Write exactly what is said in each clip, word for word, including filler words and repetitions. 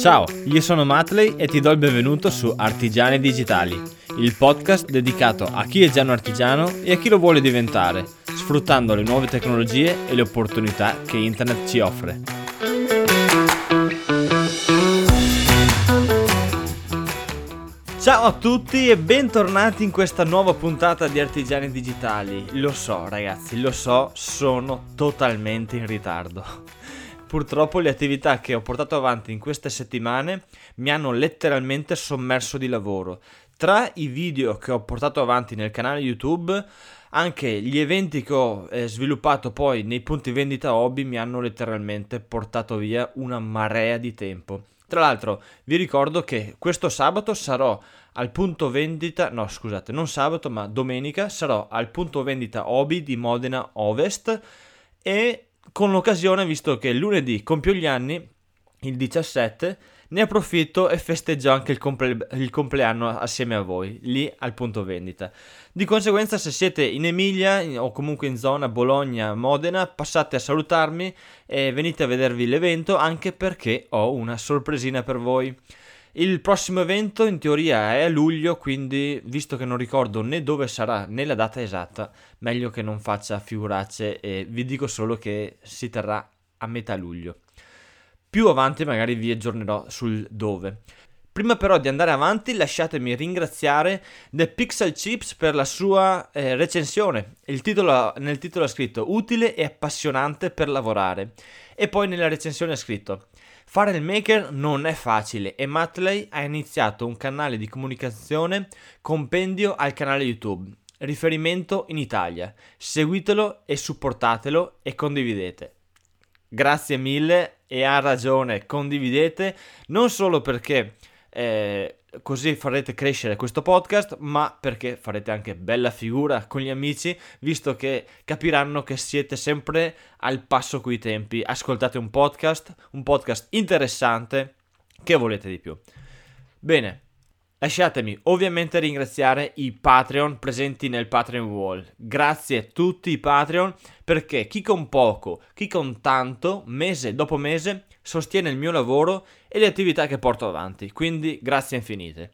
Ciao, io sono Matley e ti do il benvenuto su Artigiani Digitali, il podcast dedicato a chi è già un artigiano e a chi lo vuole diventare, sfruttando le nuove tecnologie e le opportunità che internet ci offre. Ciao a tutti e bentornati in questa nuova puntata di Artigiani Digitali. Lo so ragazzi, lo so, sono totalmente in ritardo. Purtroppo le attività che ho portato avanti in queste settimane mi hanno letteralmente sommerso di lavoro. Tra i video che ho portato avanti nel canale YouTube, anche gli eventi che ho eh, sviluppato poi nei punti vendita hobby mi hanno letteralmente portato via una marea di tempo. Tra l'altro vi ricordo che questo sabato sarò al punto vendita, no scusate, non sabato ma domenica sarò al punto vendita hobby di Modena Ovest e con l'occasione, visto che lunedì compio gli anni, il diciassette, ne approfitto e festeggio anche il, comple- il compleanno assieme a voi, lì al punto vendita. Di conseguenza, se siete in Emilia o comunque in zona Bologna, Modena, passate a salutarmi e venite a vedervi l'evento, anche perché ho una sorpresina per voi. Il prossimo evento in teoria è a luglio, quindi visto che non ricordo né dove sarà né la data esatta, meglio che non faccia figuracce e vi dico solo che si terrà a metà luglio. Più avanti magari vi aggiornerò sul dove. Prima però di andare avanti lasciatemi ringraziare The Pixel Chips per la sua eh, recensione. Il titolo, nel titolo ha scritto utile e appassionante per lavorare e poi nella recensione ha scritto: fare il maker non è facile e Matley ha iniziato un canale di comunicazione compendio al canale YouTube, riferimento in Italia. Seguitelo e supportatelo e condividete. Grazie mille e ha ragione, condividete non solo perché eh, così farete crescere questo podcast, ma perché farete anche bella figura con gli amici, visto che capiranno che siete sempre al passo coi tempi. Ascoltate un podcast, un podcast interessante, che volete di più? Bene, lasciatemi ovviamente ringraziare i Patreon presenti nel Patreon Wall. Grazie a tutti i Patreon, perché chi con poco, chi con tanto, mese dopo mese, sostiene il mio lavoro e le attività che porto avanti, quindi grazie infinite.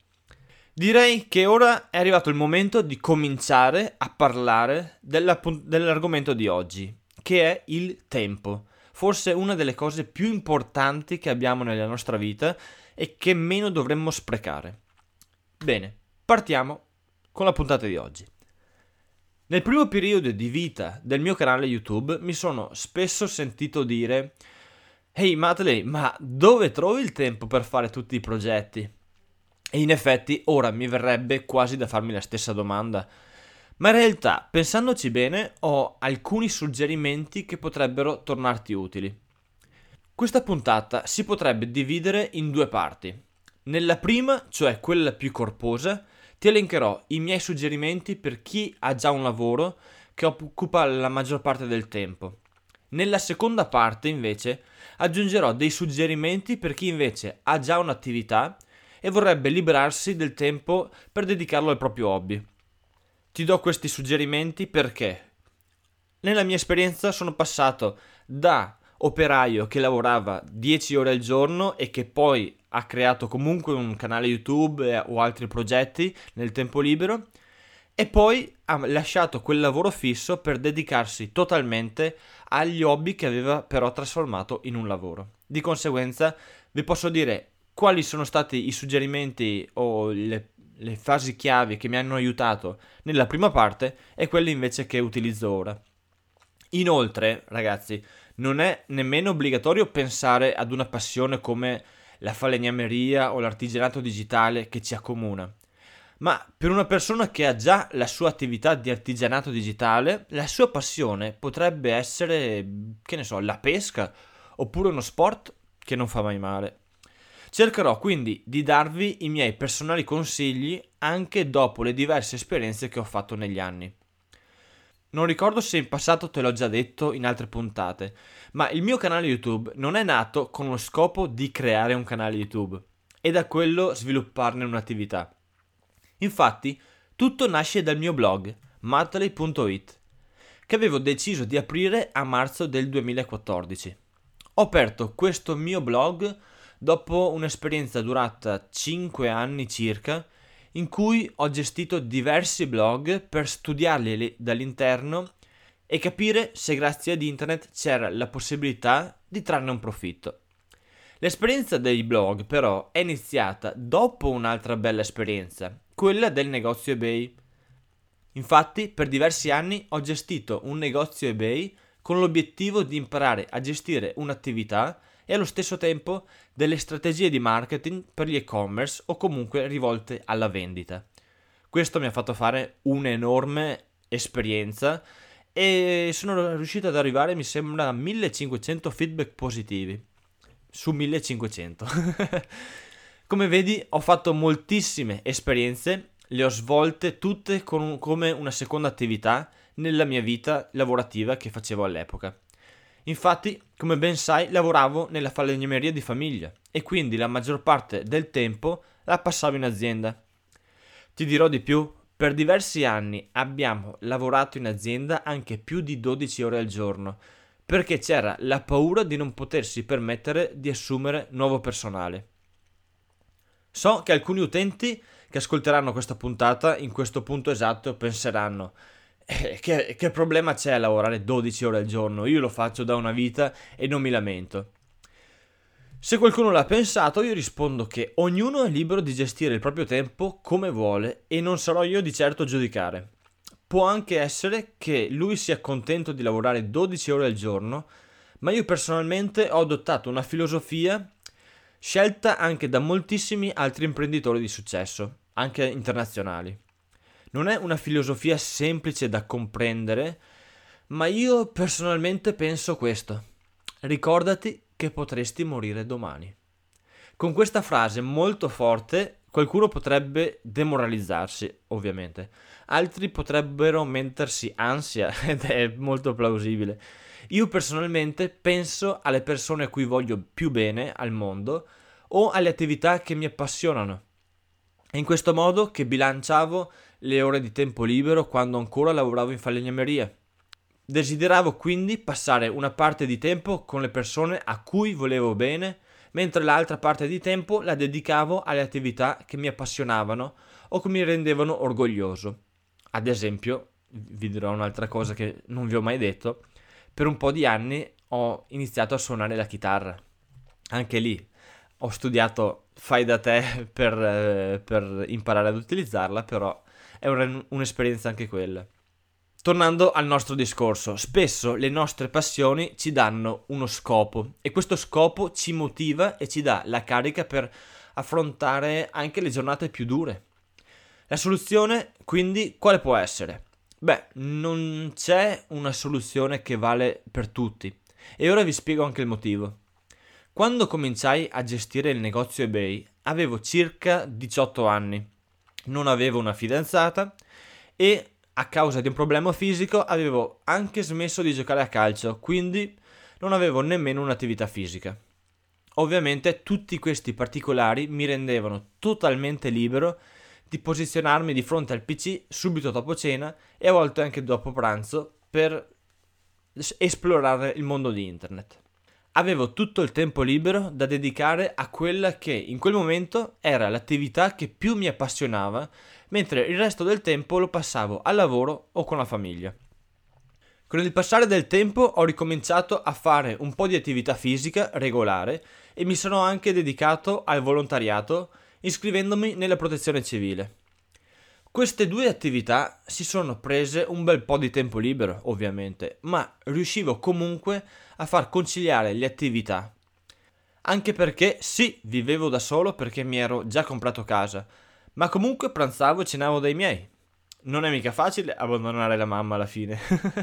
Direi che ora è arrivato il momento di cominciare a parlare della, dell'argomento di oggi, che è il tempo. Forse una delle cose più importanti che abbiamo nella nostra vita e che meno dovremmo sprecare. Bene, partiamo con la puntata di oggi. Nel primo periodo di vita del mio canale YouTube mi sono spesso sentito dire: «Ehi Matley, ma dove trovi il tempo per fare tutti i progetti?» E in effetti ora mi verrebbe quasi da farmi la stessa domanda, ma in realtà, pensandoci bene, ho alcuni suggerimenti che potrebbero tornarti utili. Questa puntata si potrebbe dividere in due parti. Nella prima, cioè quella più corposa, ti elencherò i miei suggerimenti per chi ha già un lavoro che occupa la maggior parte del tempo. Nella seconda parte, invece, aggiungerò dei suggerimenti per chi invece ha già un'attività e vorrebbe liberarsi del tempo per dedicarlo al proprio hobby. Ti do questi suggerimenti perché nella mia esperienza sono passato da operaio che lavorava dieci ore al giorno e che poi ha creato comunque un canale YouTube eh, o altri progetti nel tempo libero e poi ha lasciato quel lavoro fisso per dedicarsi totalmente agli hobby che aveva però trasformato in un lavoro. Di conseguenza vi posso dire quali sono stati i suggerimenti o le, le fasi chiavi che mi hanno aiutato nella prima parte e quelle invece che utilizzo ora. Inoltre, ragazzi, non è nemmeno obbligatorio pensare ad una passione come la falegnameria o l'artigianato digitale che ci accomuna. Ma per una persona che ha già la sua attività di artigianato digitale, la sua passione potrebbe essere, che ne so, la pesca oppure uno sport che non fa mai male. Cercherò quindi di darvi i miei personali consigli anche dopo le diverse esperienze che ho fatto negli anni. Non ricordo se in passato te l'ho già detto in altre puntate, ma il mio canale YouTube non è nato con lo scopo di creare un canale YouTube e da quello svilupparne un'attività. Infatti, tutto nasce dal mio blog, matley punto it, che avevo deciso di aprire a marzo del duemilaquattordici. Ho aperto questo mio blog dopo un'esperienza durata cinque anni circa, in cui ho gestito diversi blog per studiarli dall'interno e capire se grazie ad internet c'era la possibilità di trarne un profitto. L'esperienza dei blog però è iniziata dopo un'altra bella esperienza, quella del negozio eBay. Infatti per diversi anni ho gestito un negozio eBay con l'obiettivo di imparare a gestire un'attività e allo stesso tempo delle strategie di marketing per gli e-commerce o comunque rivolte alla vendita. Questo mi ha fatto fare un'enorme esperienza e sono riuscito ad arrivare, mi sembra, a millecinquecento feedback positivi su millecinquecento. Come vedi, ho fatto moltissime esperienze, le ho svolte tutte con un, come una seconda attività nella mia vita lavorativa che facevo all'epoca. Infatti, come ben sai, lavoravo nella falegnameria di famiglia e quindi la maggior parte del tempo la passavo in azienda. Ti dirò di più, per diversi anni abbiamo lavorato in azienda anche più di dodici ore al giorno, perché c'era la paura di non potersi permettere di assumere nuovo personale. So che alcuni utenti che ascolteranno questa puntata in questo punto esatto penseranno eh, che, che problema c'è a lavorare dodici ore al giorno? Io lo faccio da una vita e non mi lamento. Se qualcuno l'ha pensato, io rispondo che ognuno è libero di gestire il proprio tempo come vuole e non sarò io di certo a giudicare. Può anche essere che lui sia contento di lavorare dodici ore al giorno, ma io personalmente ho adottato una filosofia scelta anche da moltissimi altri imprenditori di successo, anche internazionali. Non è una filosofia semplice da comprendere, ma io personalmente penso questo: ricordati che potresti morire domani. Con questa frase molto forte qualcuno potrebbe demoralizzarsi, ovviamente. Altri potrebbero mettersi ansia ed è molto plausibile. Io personalmente penso alle persone a cui voglio più bene al mondo o alle attività che mi appassionano. È in questo modo che bilanciavo le ore di tempo libero quando ancora lavoravo in falegnameria. Desideravo quindi passare una parte di tempo con le persone a cui volevo bene, mentre l'altra parte di tempo la dedicavo alle attività che mi appassionavano o che mi rendevano orgoglioso. Ad esempio, vi dirò un'altra cosa che non vi ho mai detto: per un po' di anni ho iniziato a suonare la chitarra. Anche lì ho studiato fai da te per, eh, per imparare ad utilizzarla, però è un, un'esperienza anche quella. Tornando al nostro discorso, spesso le nostre passioni ci danno uno scopo e questo scopo ci motiva e ci dà la carica per affrontare anche le giornate più dure. La soluzione, quindi, quale può essere? Beh, non c'è una soluzione che vale per tutti e ora vi spiego anche il motivo. Quando cominciai a gestire il negozio eBay avevo circa diciotto anni, non avevo una fidanzata e a causa di un problema fisico avevo anche smesso di giocare a calcio, quindi non avevo nemmeno un'attività fisica. Ovviamente tutti questi particolari mi rendevano totalmente libero di posizionarmi di fronte al P C subito dopo cena e a volte anche dopo pranzo per esplorare il mondo di internet. Avevo tutto il tempo libero da dedicare a quella che in quel momento era l'attività che più mi appassionava, mentre il resto del tempo lo passavo al lavoro o con la famiglia. Con il passare del tempo ho ricominciato a fare un po' di attività fisica regolare e mi sono anche dedicato al volontariato iscrivendomi nella protezione civile. Queste due attività si sono prese un bel po' di tempo libero, ovviamente, ma riuscivo comunque a far conciliare le attività. Anche perché sì, vivevo da solo perché mi ero già comprato casa, ma comunque pranzavo e cenavo dai miei. Non è mica facile abbandonare la mamma alla fine.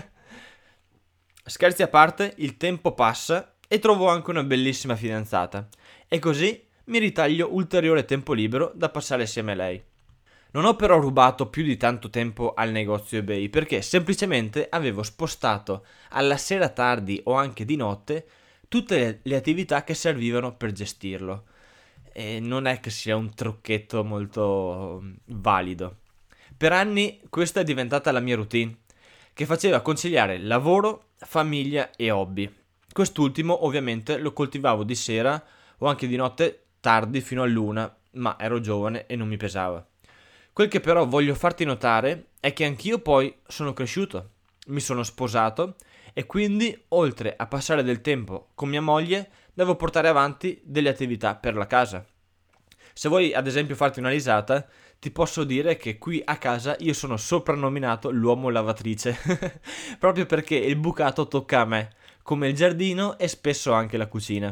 Scherzi a parte, il tempo passa e trovo anche una bellissima fidanzata e così mi ritaglio ulteriore tempo libero da passare assieme a lei. Non ho però rubato più di tanto tempo al negozio eBay perché semplicemente avevo spostato alla sera tardi o anche di notte tutte le attività che servivano per gestirlo. E non è che sia un trucchetto molto valido. Per anni questa è diventata la mia routine, che faceva conciliare lavoro, famiglia e hobby. Quest'ultimo ovviamente lo coltivavo di sera o anche di notte tardi fino all'una, ma ero giovane e non mi pesava. Quel che però voglio farti notare è che anch'io poi sono cresciuto, mi sono sposato e quindi oltre a passare del tempo con mia moglie devo portare avanti delle attività per la casa. Se vuoi ad esempio farti una risata, ti posso dire che qui a casa io sono soprannominato l'uomo lavatrice, proprio perché il bucato tocca a me, come il giardino e spesso anche la cucina.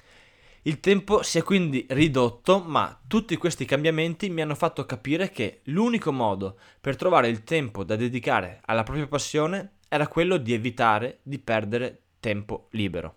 Il tempo si è quindi ridotto, ma tutti questi cambiamenti mi hanno fatto capire che l'unico modo per trovare il tempo da dedicare alla propria passione era quello di evitare di perdere tempo libero.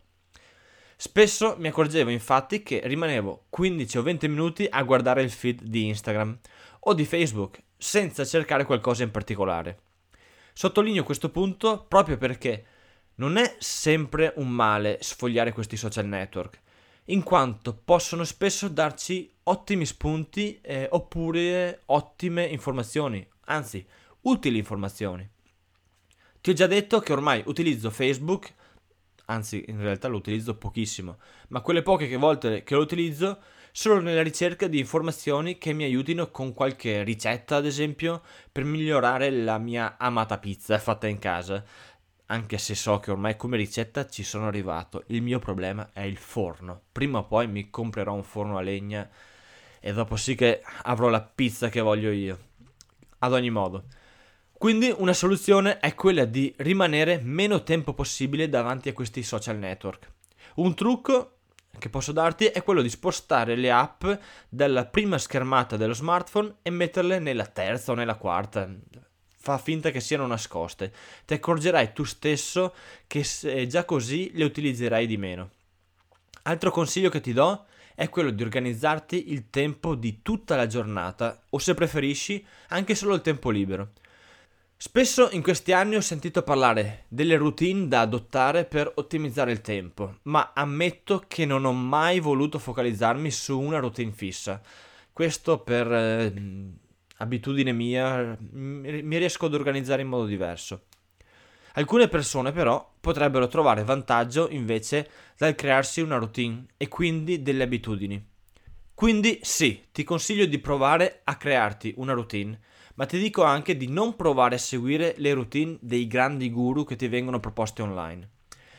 Spesso mi accorgevo infatti che rimanevo quindici o venti minuti a guardare il feed di Instagram o di Facebook senza cercare qualcosa in particolare. Sottolineo questo punto proprio perché non è sempre un male sfogliare questi social network, in quanto possono spesso darci ottimi spunti eh, oppure ottime informazioni, anzi utili informazioni. Ti ho già detto che ormai utilizzo Facebook, anzi in realtà lo utilizzo pochissimo, ma quelle poche volte che lo utilizzo solo nella ricerca di informazioni che mi aiutino con qualche ricetta, ad esempio, per migliorare la mia amata pizza fatta in casa. Anche se so che ormai come ricetta ci sono arrivato, il mio problema è il forno. Prima o poi mi comprerò un forno a legna e dopo sì che avrò la pizza che voglio io. Ad ogni modo. Quindi una soluzione è quella di rimanere meno tempo possibile davanti a questi social network. Un trucco che posso darti è quello di spostare le app dalla prima schermata dello smartphone e metterle nella terza o nella quarta. Fa finta che siano nascoste. Ti accorgerai tu stesso che se già così le utilizzerai di meno. Altro consiglio che ti do è quello di organizzarti il tempo di tutta la giornata o, se preferisci, anche solo il tempo libero. Spesso in questi anni ho sentito parlare delle routine da adottare per ottimizzare il tempo, ma ammetto che non ho mai voluto focalizzarmi su una routine fissa. Questo per eh, abitudine mia, mi riesco ad organizzare in modo diverso. Alcune persone però potrebbero trovare vantaggio invece dal crearsi una routine e quindi delle abitudini. Quindi sì, ti consiglio di provare a crearti una routine, ma ti dico anche di non provare a seguire le routine dei grandi guru che ti vengono proposte online.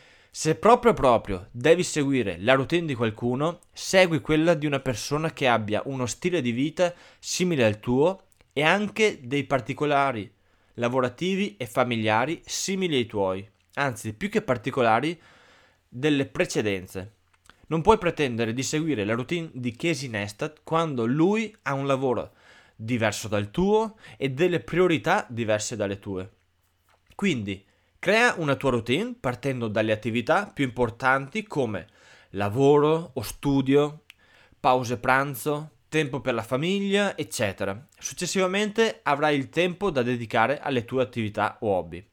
Se proprio proprio devi seguire la routine di qualcuno, segui quella di una persona che abbia uno stile di vita simile al tuo e anche dei particolari lavorativi e familiari simili ai tuoi, anzi più che particolari, delle precedenze. Non puoi pretendere di seguire la routine di Casey Neistat quando lui ha un lavoro diverso dal tuo e delle priorità diverse dalle tue. Quindi crea una tua routine partendo dalle attività più importanti come lavoro o studio, pause pranzo, tempo per la famiglia, eccetera. Successivamente avrai il tempo da dedicare alle tue attività o hobby.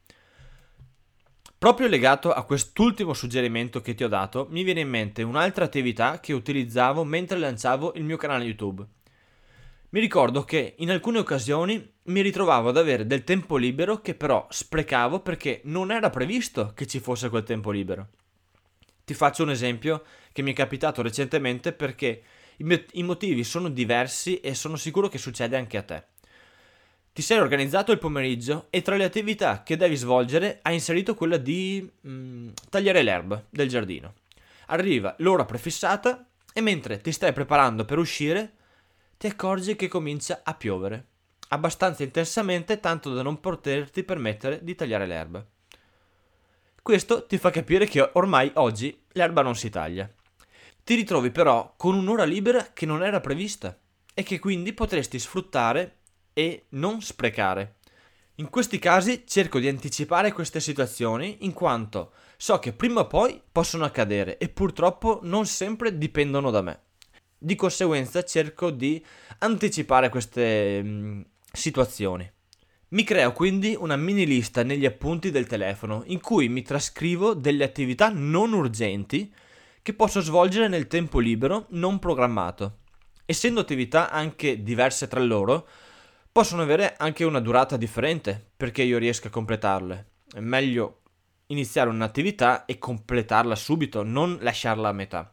Proprio legato a quest'ultimo suggerimento che ti ho dato, mi viene in mente un'altra attività che utilizzavo mentre lanciavo il mio canale YouTube. Mi ricordo che in alcune occasioni mi ritrovavo ad avere del tempo libero che però sprecavo perché non era previsto che ci fosse quel tempo libero. Ti faccio un esempio che mi è capitato recentemente perché i motivi sono diversi e sono sicuro che succede anche a te. Ti sei organizzato il pomeriggio e tra le attività che devi svolgere hai inserito quella di mm, tagliare l'erba del giardino. Arriva l'ora prefissata e mentre ti stai preparando per uscire ti accorgi che comincia a piovere, abbastanza intensamente tanto da non poterti permettere di tagliare l'erba. Questo ti fa capire che ormai oggi l'erba non si taglia. Ti ritrovi però con un'ora libera che non era prevista e che quindi potresti sfruttare e non sprecare. In questi casi cerco di anticipare queste situazioni in quanto so che prima o poi possono accadere e purtroppo non sempre dipendono da me. Di conseguenza cerco di anticipare queste mh, situazioni. Mi creo quindi una mini lista negli appunti del telefono in cui mi trascrivo delle attività non urgenti che posso svolgere nel tempo libero non programmato. Essendo attività anche diverse tra loro, possono avere anche una durata differente perché io riesco a completarle. È meglio iniziare un'attività e completarla subito, non lasciarla a metà.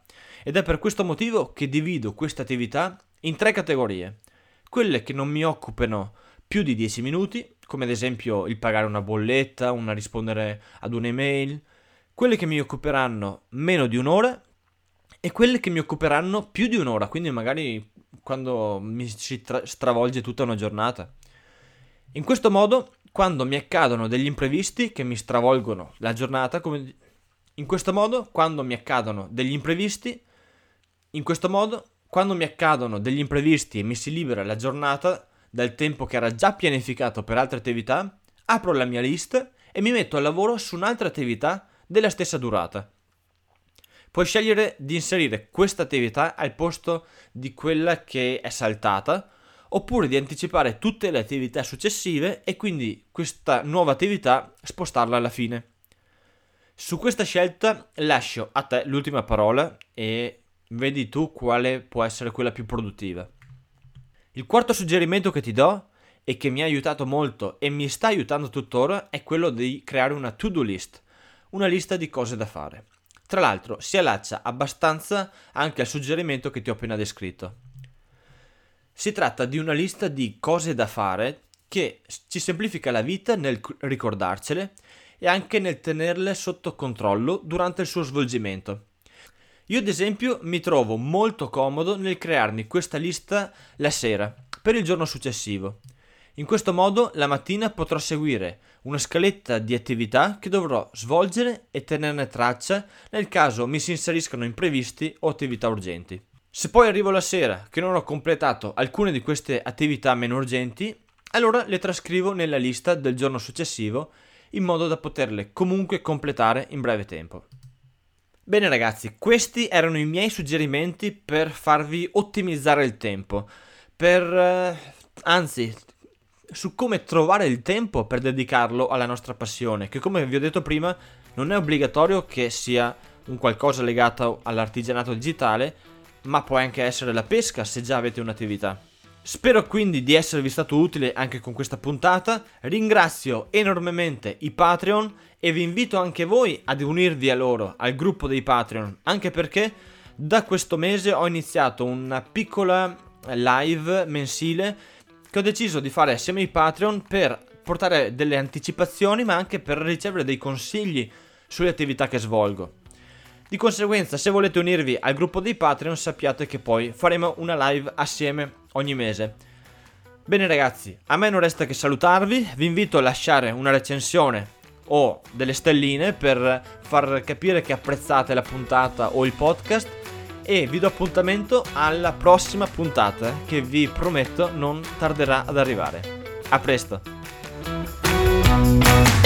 ed è per questo motivo che divido queste attività in tre categorie. Quelle che non mi occupano più di dieci minuti, come ad esempio il pagare una bolletta, una rispondere ad un'email, quelle che mi occuperanno meno di un'ora e quelle che mi occuperanno più di un'ora, quindi magari quando mi si tra- stravolge tutta una giornata. In questo modo, quando mi accadono degli imprevisti che mi stravolgono la giornata, come in questo modo, quando mi accadono degli imprevisti, in questo modo, quando mi accadono degli imprevisti e mi si libera la giornata dal tempo che era già pianificato per altre attività, apro la mia lista e mi metto al lavoro su un'altra attività della stessa durata. Puoi scegliere di inserire questa attività al posto di quella che è saltata, oppure di anticipare tutte le attività successive e quindi questa nuova attività spostarla alla fine. Su questa scelta lascio a te l'ultima parola e vedi tu quale può essere quella più produttiva. Il quarto suggerimento che ti do e che mi ha aiutato molto e mi sta aiutando tuttora è quello di creare una to-do list, una lista di cose da fare. Tra l'altro si allaccia abbastanza anche al suggerimento che ti ho appena descritto. Si tratta di una lista di cose da fare che ci semplifica la vita nel ricordarcele e anche nel tenerle sotto controllo durante il suo svolgimento. Io ad esempio mi trovo molto comodo nel crearmi questa lista la sera per il giorno successivo. In questo modo la mattina potrò seguire una scaletta di attività che dovrò svolgere e tenerne traccia nel caso mi si inseriscano imprevisti o attività urgenti. Se poi arrivo la sera che non ho completato alcune di queste attività meno urgenti, allora le trascrivo nella lista del giorno successivo in modo da poterle comunque completare in breve tempo. Bene ragazzi, questi erano i miei suggerimenti per farvi ottimizzare il tempo, per eh, anzi su come trovare il tempo per dedicarlo alla nostra passione, che come vi ho detto prima non è obbligatorio che sia un qualcosa legato all'artigianato digitale, ma può anche essere la pesca se già avete un'attività. Spero quindi di esservi stato utile anche con questa puntata, ringrazio enormemente i Patreon e vi invito anche voi ad unirvi a loro, al gruppo dei Patreon, anche perché da questo mese ho iniziato una piccola live mensile che ho deciso di fare assieme ai Patreon per portare delle anticipazioni ma anche per ricevere dei consigli sulle attività che svolgo. Di conseguenza, se volete unirvi al gruppo dei Patreon, sappiate che poi faremo una live assieme ogni mese. Bene ragazzi, a me non resta che salutarvi, vi invito a lasciare una recensione o delle stelline per far capire che apprezzate la puntata o il podcast e vi do appuntamento alla prossima puntata che vi prometto non tarderà ad arrivare. A presto!